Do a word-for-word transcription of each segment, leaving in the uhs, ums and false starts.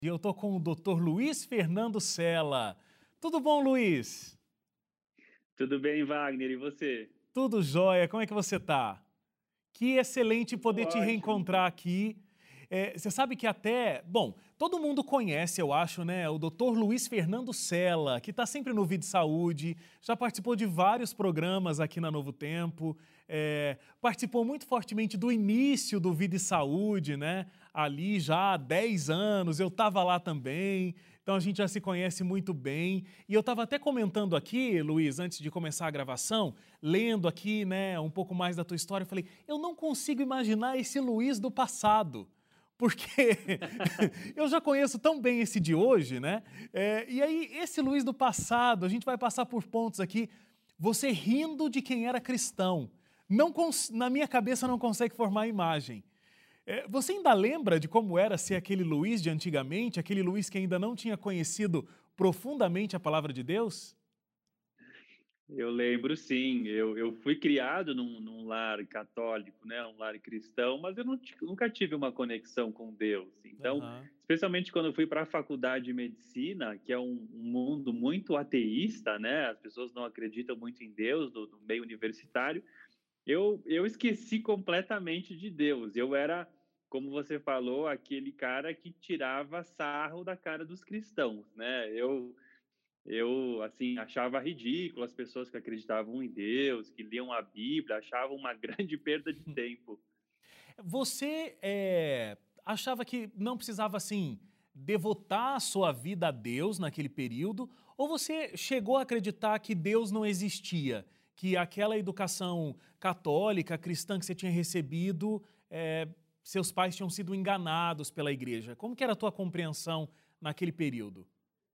E eu tô com o doutor Luiz Fernando Sela. Tudo bom, Luiz? Tudo bem, Wagner, e você? Tudo jóia? Como é que você tá? Que excelente Tudo poder te ótimo. reencontrar aqui. Eh, você sabe que até, bom, todo mundo conhece, eu acho, né, o doutor Luiz Fernando Sela, que está sempre no Vídeo Saúde, já participou de vários programas aqui na Novo Tempo, eh, participou muito fortemente do início do Vida e Saúde, né, ali já há dez anos, eu estava lá também, então a gente já se conhece muito bem. E eu estava até comentando aqui, Luiz, antes de começar a gravação, lendo aqui, né, um pouco mais da tua história, eu falei, eu não consigo imaginar esse Luiz do passado, porque eu já conheço tão bem esse de hoje, né? É, e aí, esse Luiz do passado, a gente vai passar por pontos aqui, você rindo de quem era cristão, não cons- na minha cabeça não consegue formar a imagem. É, você ainda lembra de como era ser aquele Luiz de antigamente, aquele Luiz que ainda não tinha conhecido profundamente a palavra de Deus? Eu lembro, sim. Eu, eu fui criado num, num lar católico, né, um lar cristão, mas eu não ti- nunca tive uma conexão com Deus. Então, Aham. especialmente quando eu fui para a faculdade de medicina, que é um, um mundo muito ateísta, né, as pessoas não acreditam muito em Deus, do, do meio universitário, eu, eu esqueci completamente de Deus. Eu era, como você falou, aquele cara que tirava sarro da cara dos cristãos, né? Eu Eu, assim, achava ridículo as pessoas que acreditavam em Deus, que liam a Bíblia, achava uma grande perda de tempo. Você eh, achava que não precisava, assim, devotar a sua vida a Deus naquele período? Ou você chegou a acreditar que Deus não existia? Que aquela educação católica, cristã que você tinha recebido, eh, seus pais tinham sido enganados pela igreja? Como que era a tua compreensão naquele período?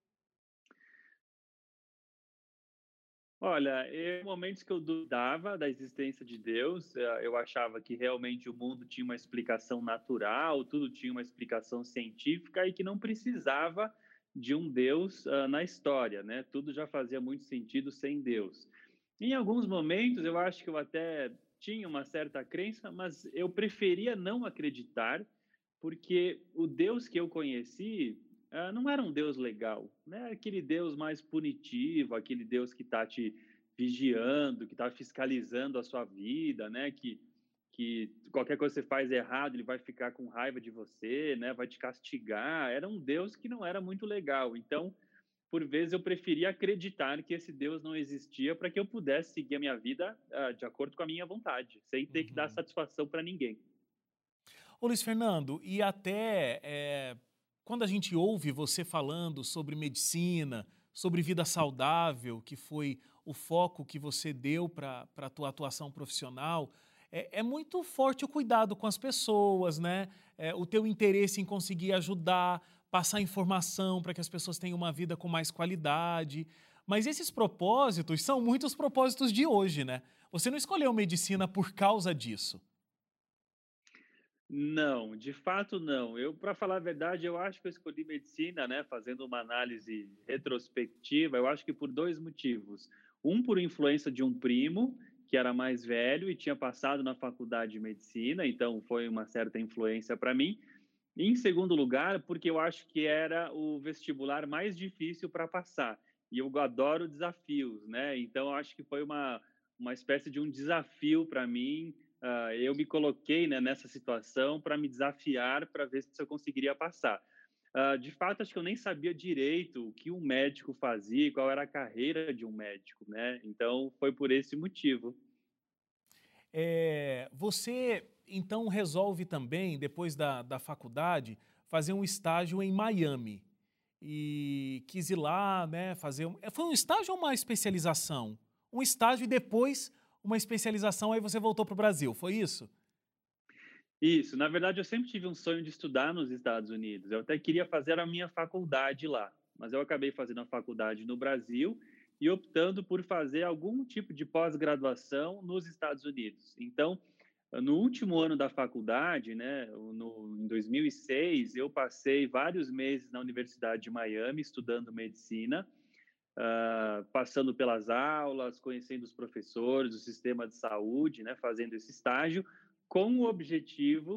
Olha, em momentos que eu dudava da existência de Deus, eh, eu achava que realmente o mundo tinha uma explicação natural, tudo tinha uma explicação científica e que não precisava de um Deus, hã, na história, né, tudo já fazia muito sentido sem Deus. Em alguns momentos eu acho que eu até tinha uma certa crença, mas eu preferia não acreditar, porque o Deus que eu conheci, ah, não era um Deus legal, né? Aquele Deus mais punitivo, aquele Deus que está te vigiando, que está fiscalizando a sua vida, né? Que, que qualquer coisa que você faz errado, ele vai ficar com raiva de você, né? Vai te castigar. Era um Deus que não era muito legal. Então, por vezes, eu preferia acreditar que esse Deus não existia para que eu pudesse seguir a minha vida ah, de acordo com a minha vontade, sem ter que dar Uhum. satisfação para ninguém. Ô Luiz Fernando, e até eh, quando a gente ouve você falando sobre medicina, sobre vida saudável, que foi o foco que você deu para a tua atuação profissional, é, é muito forte o cuidado com as pessoas, né? É, o teu interesse em conseguir ajudar, passar informação para que as pessoas tenham uma vida com mais qualidade. Mas esses propósitos são muitos propósitos de hoje, né? Você não escolheu medicina por causa disso. Não, de fato não. Eu, para falar a verdade, eu acho que eu escolhi medicina, né, fazendo uma análise retrospectiva, eu acho que por dois motivos. Um, por influência de um primo, que era mais velho e tinha passado na faculdade de medicina, então foi uma certa influência para mim. E, em segundo lugar, porque eu acho que era o vestibular mais difícil para passar. E eu adoro desafios, né? Então, eu acho que foi uma, uma espécie de um desafio para mim. Ah, eu me coloquei, né, nessa situação para me desafiar para ver se eu conseguiria passar. Ah, de fato, acho que eu nem sabia direito o que um médico fazia, qual era a carreira de um médico, né? Então, foi por esse motivo. Eh, você então resolve também, depois da, da faculdade, fazer um estágio em Miami. E quis ir lá, né, fazer um, eh, foi um estágio ou uma especialização? Um estágio e depois uma especialização, aí você voltou para o Brasil, foi isso? Isso, na verdade eu sempre tive um sonho de estudar nos Estados Unidos, eu até queria fazer a minha faculdade lá, mas eu acabei fazendo a faculdade no Brasil e optando por fazer algum tipo de pós-graduação nos Estados Unidos. Então, no último ano da faculdade, né, no, em dois mil e seis, eu passei vários meses na Universidade de Miami estudando medicina, ah, passando pelas aulas, conhecendo os professores, o sistema de saúde, né, fazendo esse estágio, com o objetivo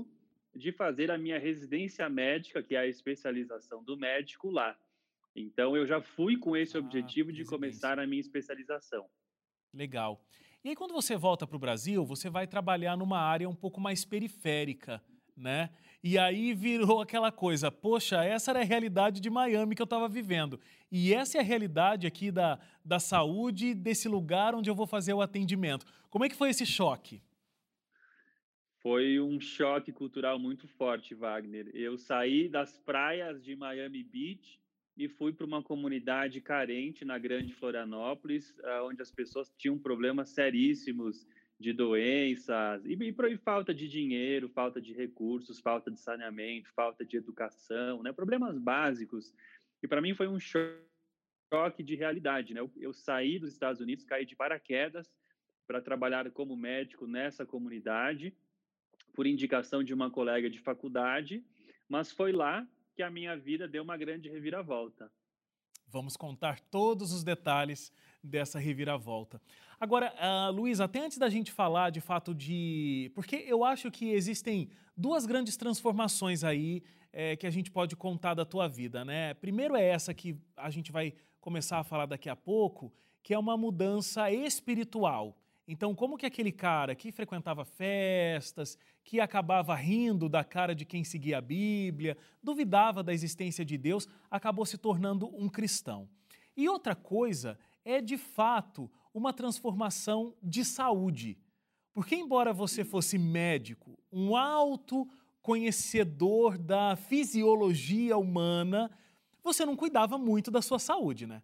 de fazer a minha residência médica, que é a especialização do médico lá. Então eu já fui com esse Ah, objetivo de começar residência. a minha especialização. Legal. E aí, quando você volta para o Brasil, você vai trabalhar numa área um pouco mais periférica, né? E aí virou aquela coisa, poxa, essa era a realidade de Miami que eu estava vivendo. E essa é a realidade aqui da, da saúde, desse lugar onde eu vou fazer o atendimento. Como é que foi esse choque? Foi um choque cultural muito forte, Wagner. Eu saí das praias de Miami Beach e fui para uma comunidade carente na Grande Florianópolis, ah, onde as pessoas tinham problemas seríssimos de doenças e, e, e falta de dinheiro, falta de recursos, falta de saneamento, falta de educação, né? Problemas básicos. E para mim foi um choque de realidade, né? Eu, eu saí dos Estados Unidos, caí de paraquedas para trabalhar como médico nessa comunidade por indicação de uma colega de faculdade, mas foi lá que a minha vida deu uma grande reviravolta. Vamos contar todos os detalhes dessa reviravolta. Agora, uh, Luiz, até antes da gente falar de fato de. Porque eu acho que existem duas grandes transformações aí eh, que a gente pode contar da tua vida, né? Primeiro é essa que a gente vai começar a falar daqui a pouco, que é uma mudança espiritual. Então, como que aquele cara que frequentava festas, que acabava rindo da cara de quem seguia a Bíblia, duvidava da existência de Deus, acabou se tornando um cristão. E outra coisa é, de fato, uma transformação de saúde. Porque, embora você fosse médico, um alto conhecedor da fisiologia humana, você não cuidava muito da sua saúde, né?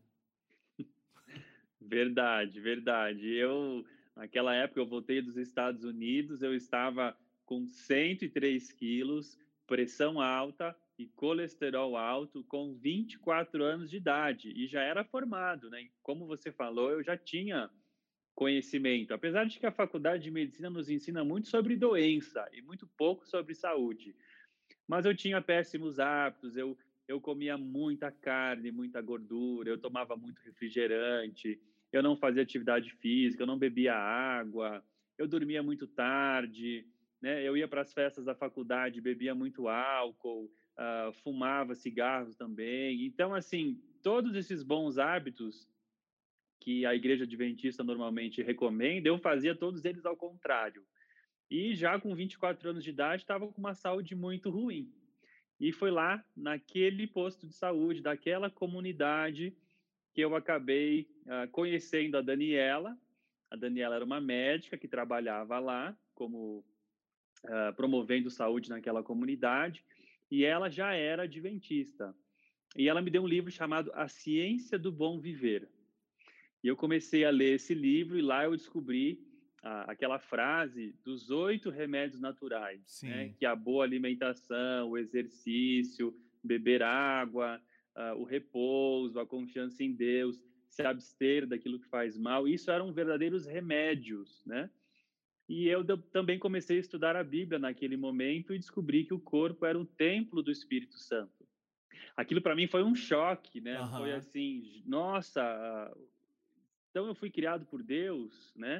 Verdade, verdade. Eu, naquela época, eu voltei dos Estados Unidos, eu estava com cento e três quilos, pressão alta e colesterol alto, com vinte e quatro anos de idade, e já era formado, né? Como você falou, eu já tinha conhecimento, apesar de que a faculdade de medicina nos ensina muito sobre doença e muito pouco sobre saúde. Mas eu tinha péssimos hábitos, eu, eu comia muita carne, muita gordura, eu tomava muito refrigerante, eu não fazia atividade física, eu não bebia água, eu dormia muito tarde, né? Eu ia para as festas da faculdade, bebia muito álcool, uh, fumava cigarros também. Então, assim, todos esses bons hábitos que a igreja adventista normalmente recomenda, eu fazia todos eles ao contrário. E já com vinte e quatro anos de idade, estava com uma saúde muito ruim. E foi lá, naquele posto de saúde, daquela comunidade, que eu acabei uh, conhecendo a Daniela. A Daniela era uma médica que trabalhava lá, como uh, promovendo saúde naquela comunidade, e ela já era adventista. E ela me deu um livro chamado A Ciência do Bom Viver. E eu comecei a ler esse livro e lá eu descobri ah, aquela frase dos oito remédios naturais, né? Sim. Que a boa alimentação, o exercício, beber água, ah, o repouso, a confiança em Deus, se abster daquilo que faz mal, isso eram verdadeiros remédios, né? E eu também comecei a estudar a Bíblia naquele momento e descobri que o corpo era o templo do Espírito Santo. Aquilo para mim foi um choque, né? Foi Aham. assim, nossa, então eu fui criado por Deus, né?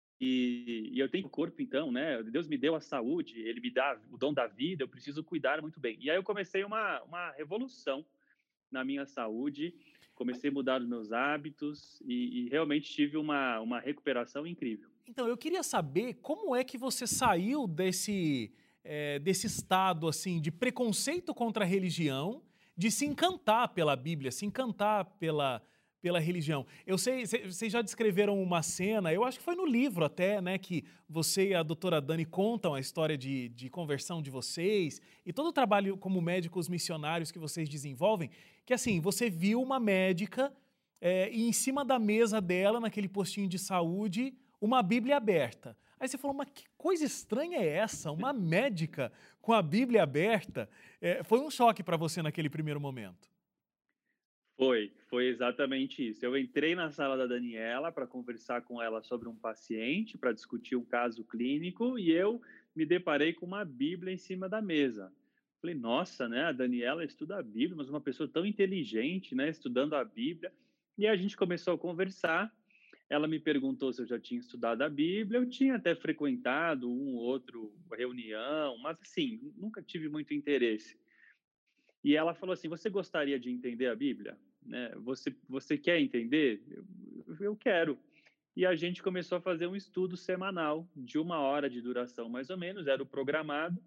E, e eu tenho corpo, então, né? Deus me deu a saúde, Ele me dá o dom da vida, eu preciso cuidar muito bem. E aí eu comecei uma, uma revolução na minha saúde, comecei a mudar os meus hábitos e, e realmente tive uma, uma recuperação incrível. Então, eu queria saber como é que você saiu desse, eh, desse estado assim de preconceito contra a religião, de se encantar pela Bíblia, se encantar pela, pela religião. Eu sei, cê- vocês já descreveram uma cena, eu acho que foi no livro até, né, que você e a doutora Dani contam a história de, de conversão de vocês e todo o trabalho como médicos missionários que vocês desenvolvem, que assim, você viu uma médica eh, e em cima da mesa dela, naquele postinho de saúde, uma Bíblia aberta. Aí você falou, mas que coisa estranha é essa? Uma médica com a Bíblia aberta? É, foi um choque para você naquele primeiro momento. Foi, foi exatamente isso. Eu entrei na sala da Daniela para conversar com ela sobre um paciente, para discutir um caso clínico, e eu me deparei com uma Bíblia em cima da mesa. Falei, nossa, né? A Daniela estuda a Bíblia, mas uma pessoa tão inteligente, né? Estudando a Bíblia. E a gente começou a conversar. Ela me perguntou se eu já tinha estudado a Bíblia, eu tinha até frequentado um ou outro reunião, mas assim, nunca tive muito interesse. E ela falou assim: "Você gostaria de entender a Bíblia? Né, você você quer entender?" Eu eu quero. E a gente começou a fazer um estudo semanal de uma hora de duração, mais ou menos, era o programado.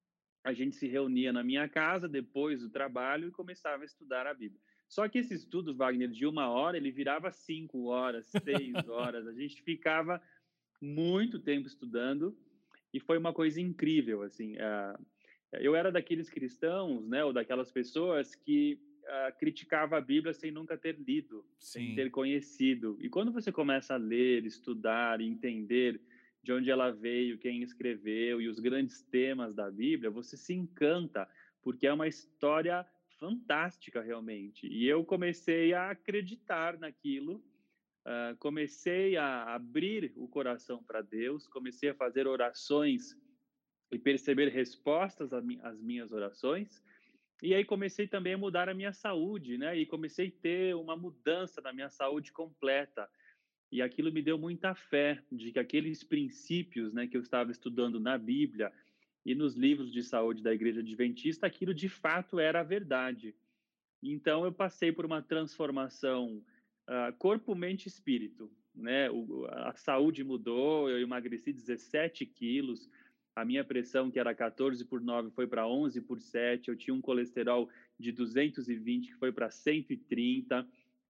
A gente se reunia na minha casa depois do trabalho e começava a estudar a Bíblia. Só que esse estudo, Wagner, de uma hora, ele virava cinco horas, seis horas. A gente ficava muito tempo estudando e foi uma coisa incrível, assim. Ah, eu era daqueles cristãos, né, ou daquelas pessoas que ah, criticava a Bíblia sem nunca ter lido, sem Sim. ter conhecido. E quando você começa a ler, estudar, entender de onde ela veio, quem escreveu e os grandes temas da Bíblia, você se encanta, porque é uma história fantástica realmente. E eu comecei a acreditar naquilo, uh, comecei a abrir o coração para Deus, comecei a fazer orações e perceber respostas às minhas orações. E aí comecei também a mudar a minha saúde, né? E comecei a ter uma mudança na minha saúde completa. E aquilo me deu muita fé de que aqueles princípios, né, que eu estava estudando na Bíblia e nos livros de saúde da Igreja Adventista, aquilo de fato era a verdade. Então eu passei por uma transformação uh, corpo, mente e espírito, né? O, a saúde mudou, eu emagreci dezessete quilos, a minha pressão, que era quatorze por nove, foi para onze por sete, eu tinha um colesterol de duzentos e vinte, que foi para cento e trinta.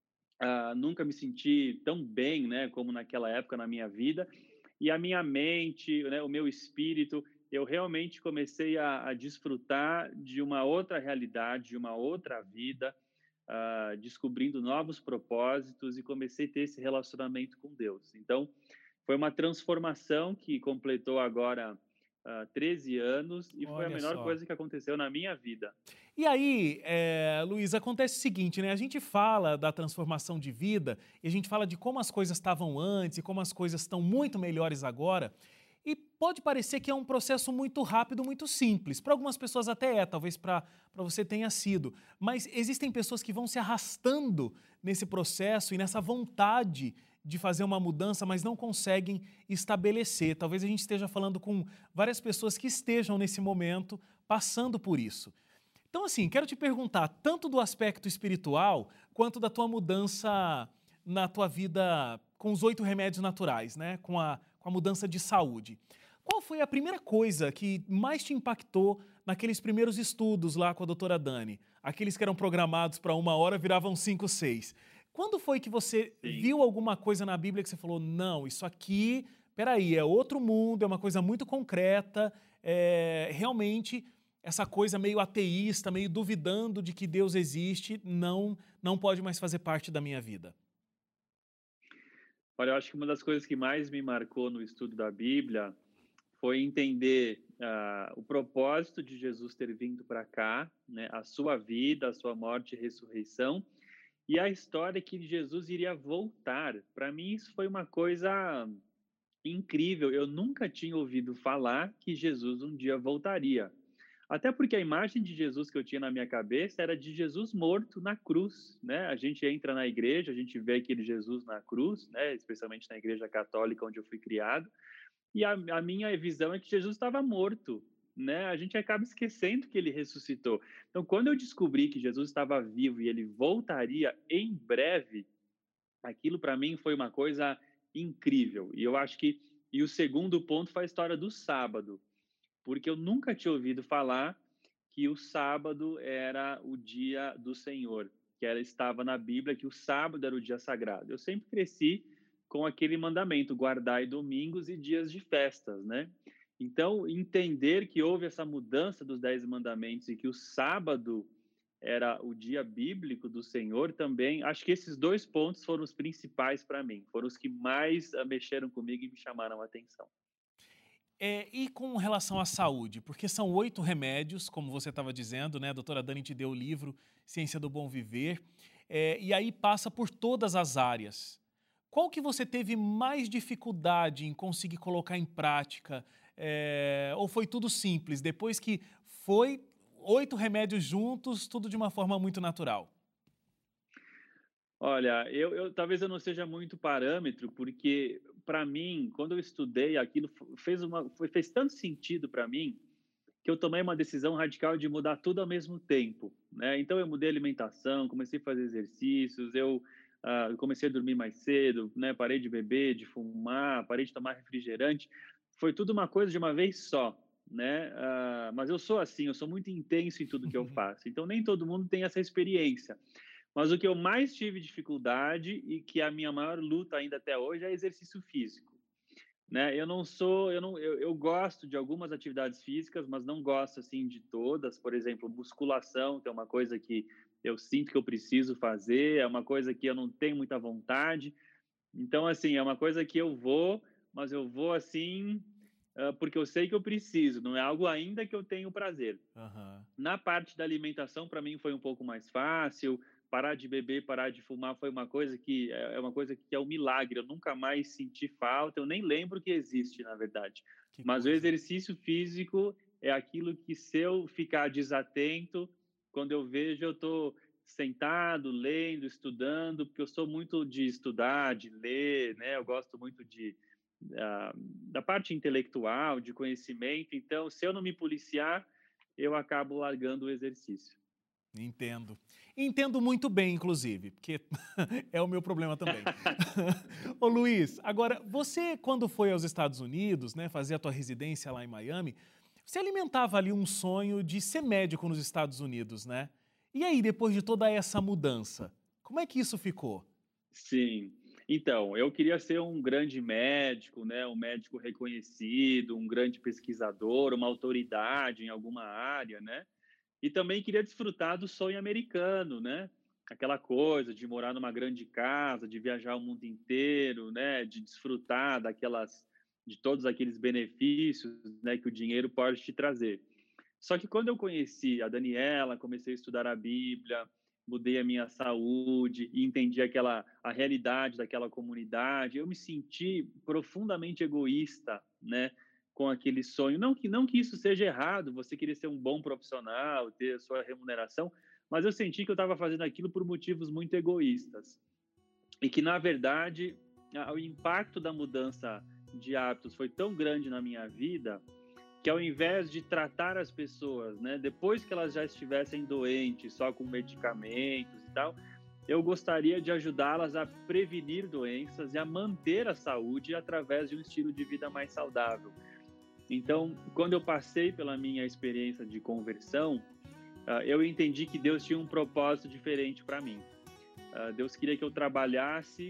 Uh, nunca me senti tão bem, né, como naquela época na minha vida. E a minha mente, né, o meu espírito, eu realmente comecei a, a desfrutar de uma outra realidade, de uma outra vida, uh, descobrindo novos propósitos e comecei a ter esse relacionamento com Deus. Então, foi uma transformação que completou agora uh, treze anos e foi a Olha melhor só. coisa que aconteceu na minha vida. E aí, é, Luiz, acontece o seguinte, né? A gente fala da transformação de vida e a gente fala de como as coisas estavam antes e como as coisas estão muito melhores agora. E pode parecer que é um processo muito rápido, muito simples. Para algumas pessoas até é, talvez para você tenha sido. Mas existem pessoas que vão se arrastando nesse processo e nessa vontade de fazer uma mudança, mas não conseguem estabelecer. Talvez a gente esteja falando com várias pessoas que estejam nesse momento passando por isso. Então, assim, quero te perguntar, tanto do aspecto espiritual, quanto da tua mudança na tua vida com os oito remédios naturais, né? Com a, com a mudança de saúde. Qual foi a primeira coisa que mais te impactou naqueles primeiros estudos lá com a doutora Dani? Aqueles que eram programados para uma hora viravam cinco, seis. Quando foi que você Sim. viu alguma coisa na Bíblia que você falou, não, isso aqui, peraí, é outro mundo, é uma coisa muito concreta, é, realmente essa coisa meio ateísta, meio duvidando de que Deus existe, não, não pode mais fazer parte da minha vida? Olha, eu acho que uma das coisas que mais me marcou no estudo da Bíblia foi entender uh, o propósito de Jesus ter vindo para cá, né, a sua vida, a sua morte e ressurreição, e a história que Jesus iria voltar. Para mim, isso foi uma coisa incrível. Eu nunca tinha ouvido falar que Jesus um dia voltaria. Até porque a imagem de Jesus que eu tinha na minha cabeça era de Jesus morto na cruz, né? A gente entra na igreja, a gente vê aquele Jesus na cruz, né? Especialmente na igreja católica onde eu fui criado, e a, a minha visão é que Jesus estava morto, né? A gente acaba esquecendo que ele ressuscitou. Então, quando eu descobri que Jesus estava vivo e ele voltaria em breve, aquilo para mim foi uma coisa incrível. E eu acho que e o segundo ponto foi a história do sábado, porque eu nunca tinha ouvido falar que o sábado era o dia do Senhor, que era, estava na Bíblia que o sábado era o dia sagrado. Eu sempre cresci com aquele mandamento, guardai domingos e dias de festas, né? Então, entender que houve essa mudança dos dez mandamentos e que o sábado era o dia bíblico do Senhor também, acho que esses dois pontos foram os principais para mim, foram os que mais mexeram comigo e me chamaram a atenção. É, e com relação à saúde, porque são oito remédios, como você estava dizendo, né? A doutora Dani te deu o livro Ciência do Bom Viver, é, e aí passa por todas as áreas. Qual que você teve mais dificuldade em conseguir colocar em prática? É, ou foi tudo simples? Depois que foi oito remédios juntos, tudo de uma forma muito natural? Olha, eu eu talvez eu não seja muito parâmetro, porque para mim, quando eu estudei aquilo fo fez uma foi fez tanto sentido para mim, que eu tomei uma decisão radical de mudar tudo ao mesmo tempo, né. Então eu mudei a alimentação, comecei a fazer exercícios, eu, hã, comecei a dormir mais cedo, né, parei de beber, de fumar, parei de tomar refrigerante, foi tudo uma coisa de uma vez só, né. Hã, mas eu sou assim, eu sou muito intenso em tudo que eu faço, então nem todo mundo tem essa experiência. Mas o que eu mais tive dificuldade e que é a minha maior luta ainda até hoje é exercício físico, né. Eu não sou eu não eu eu gosto de algumas atividades físicas, mas não gosto, assim, de todas. Por exemplo, musculação, que é uma coisa que eu sinto que eu preciso fazer, é uma coisa que eu não tenho muita vontade. Então, assim, é uma coisa que eu vou, mas eu vou, assim, hã, porque eu sei que eu preciso, não é algo ainda que eu tenho prazer. Aham. Na parte da alimentação, para mim foi um pouco mais fácil. Parar de beber, parar de fumar foi uma coisa que é é uma coisa que é um milagre. Eu nunca mais senti falta, eu nem lembro que existe, na verdade. Que Mas o coisa. exercício físico é aquilo que, se eu ficar desatento, quando eu vejo, eu estou sentado, lendo, estudando, porque eu sou muito de estudar, de ler, né? Eu gosto muito de, ah, da parte intelectual, de conhecimento. Então, se eu não me policiar, eu acabo largando o exercício. Entendo. Entendo muito bem, inclusive, porque é o meu problema também. Ô Luiz, agora, você quando foi aos Estados Unidos, né, fazer a tua residência lá em Miami, você alimentava ali um sonho de ser médico nos Estados Unidos, né? E aí, depois de toda essa mudança, como é que isso ficou? Sim. Então, eu queria ser um grande médico, né, um médico reconhecido, um grande pesquisador, uma autoridade em alguma área, né? E também queria desfrutar do sonho americano, né? Aquela coisa de morar numa grande casa, de viajar o mundo inteiro, né? De desfrutar daquelas, de todos aqueles benefícios, né, que o dinheiro pode te trazer. Só que quando eu conheci a Daniela, comecei a estudar a Bíblia, mudei a minha saúde e entendi aquela a realidade daquela comunidade, eu me senti profundamente egoísta, né, com aquele sonho. Não que não que isso seja errado, você querer ser um bom profissional, ter a sua remuneração, mas eu senti que eu estava fazendo aquilo por motivos muito egoístas. E que, na verdade, a o impacto da mudança de hábitos foi tão grande na minha vida, que ao invés de tratar as pessoas, né, depois que elas já estivessem doentes, só com medicamentos e tal, eu gostaria de ajudá-las a prevenir doenças e a manter a saúde através de um estilo de vida mais saudável. Então, quando eu passei pela minha experiência de conversão, ah, eu entendi que Deus tinha um propósito diferente para mim. Ah, Deus queria que eu trabalhasse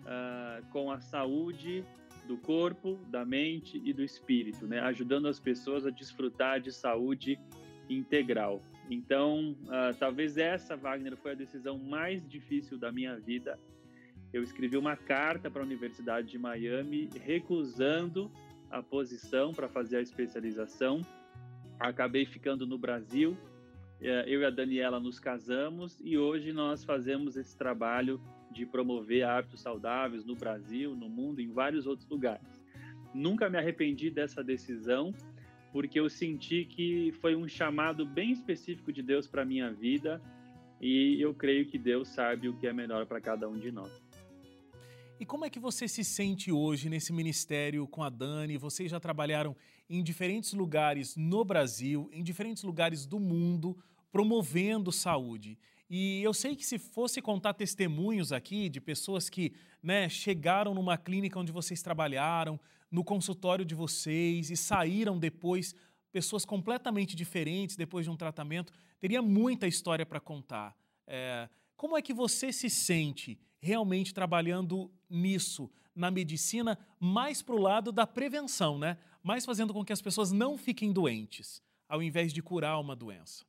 ah, com a saúde do corpo, da mente e do espírito, né? Ajudando as pessoas a desfrutar de saúde integral. Então, ah, talvez essa, Wagner, foi a decisão mais difícil da minha vida. Eu escrevi uma carta para a Universidade de Miami recusando a posição para fazer a especialização. Acabei ficando no Brasil. Eh, eu e a Daniela nos casamos e hoje nós fazemos esse trabalho de promover hábitos saudáveis no Brasil, no mundo, em vários outros lugares. Nunca me arrependi dessa decisão, porque eu senti que foi um chamado bem específico de Deus para a minha vida e eu creio que Deus sabe o que é melhor para cada um de nós. E como é que você se sente hoje nesse ministério com a Dani? Vocês já trabalharam em diferentes lugares no Brasil, em diferentes lugares do mundo, promovendo saúde. E eu sei que se fosse contar testemunhos aqui de pessoas que, né, chegaram numa clínica onde vocês trabalharam, no consultório de vocês e saíram depois, pessoas completamente diferentes depois de um tratamento, teria muita história para contar. É, como é que você se sente realmente trabalhando nisso, na medicina, mais para o lado da prevenção, né? Mais fazendo com que as pessoas não fiquem doentes, ao invés de curar uma doença.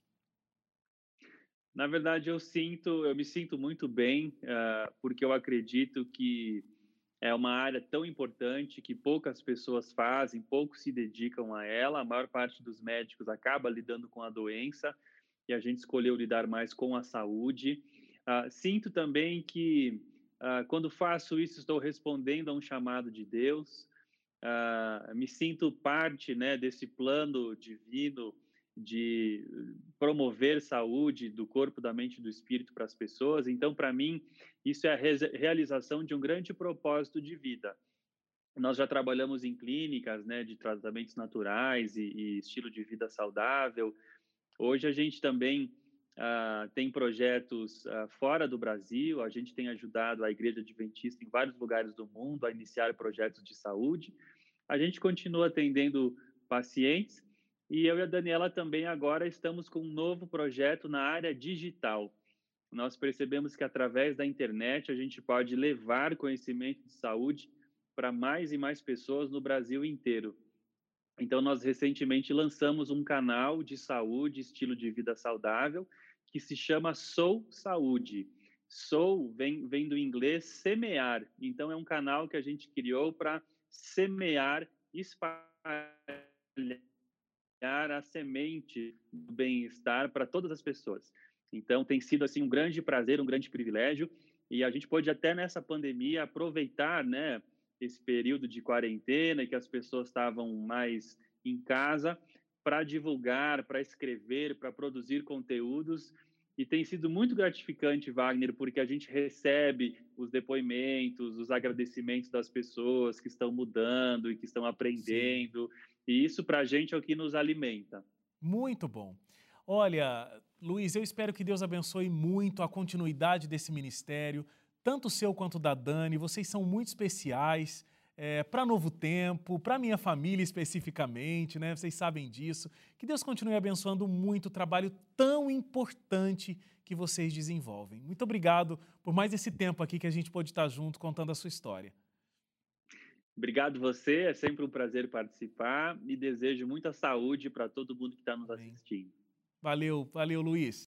Na verdade, eu sinto, eu me sinto muito bem, ah, porque eu acredito que é uma área tão importante que poucas pessoas fazem, poucos se dedicam a ela. A maior parte dos médicos acaba lidando com a doença e a gente escolheu lidar mais com a saúde. Ah, sinto também que, ah, quando faço isso, estou respondendo a um chamado de Deus. Ah, me sinto parte, né, desse plano divino de promover saúde do corpo, da mente e do espírito para as pessoas. Então, para mim, isso é a realização de um grande propósito de vida. Nós já trabalhamos em clínicas, né, de tratamentos naturais e, e estilo de vida saudável. Hoje a gente também ah, tem projetos ah, fora do Brasil. A gente tem ajudado a Igreja Adventista em vários lugares do mundo a iniciar projetos de saúde. A gente continua atendendo pacientes e eu e a Daniela também agora estamos com um novo projeto na área digital. Nós percebemos que através da internet a gente pode levar conhecimento de saúde para mais e mais pessoas no Brasil inteiro. Então, nós recentemente lançamos um canal de saúde, estilo de vida saudável, que se chama Sou Saúde. Sou vem, vem do inglês semear. Então, é um canal que a gente criou para semear, espalhar a semente do bem-estar para todas as pessoas. Então, tem sido assim um grande prazer, um grande privilégio, e a gente pôde até nessa pandemia aproveitar, né, esse período de quarentena e que as pessoas estavam mais em casa para divulgar, para escrever, para produzir conteúdos. E tem sido muito gratificante, Wagner, porque a gente recebe os depoimentos, os agradecimentos das pessoas que estão mudando e que estão Sim. aprendendo. E isso para a gente é o que nos alimenta. Muito bom. Olha, Luiz, eu espero que Deus abençoe muito a continuidade desse ministério, tanto o seu quanto o da Dani. Vocês são muito especiais para Novo Tempo, para minha família especificamente, né? Vocês sabem disso. Que Deus continue abençoando muito o trabalho tão importante que vocês desenvolvem. Muito obrigado por mais esse tempo aqui que a gente pôde estar junto contando a sua história. Obrigado você, é sempre um prazer participar e desejo muita saúde para todo mundo que está nos Amém. assistindo. Valeu, valeu, Luiz.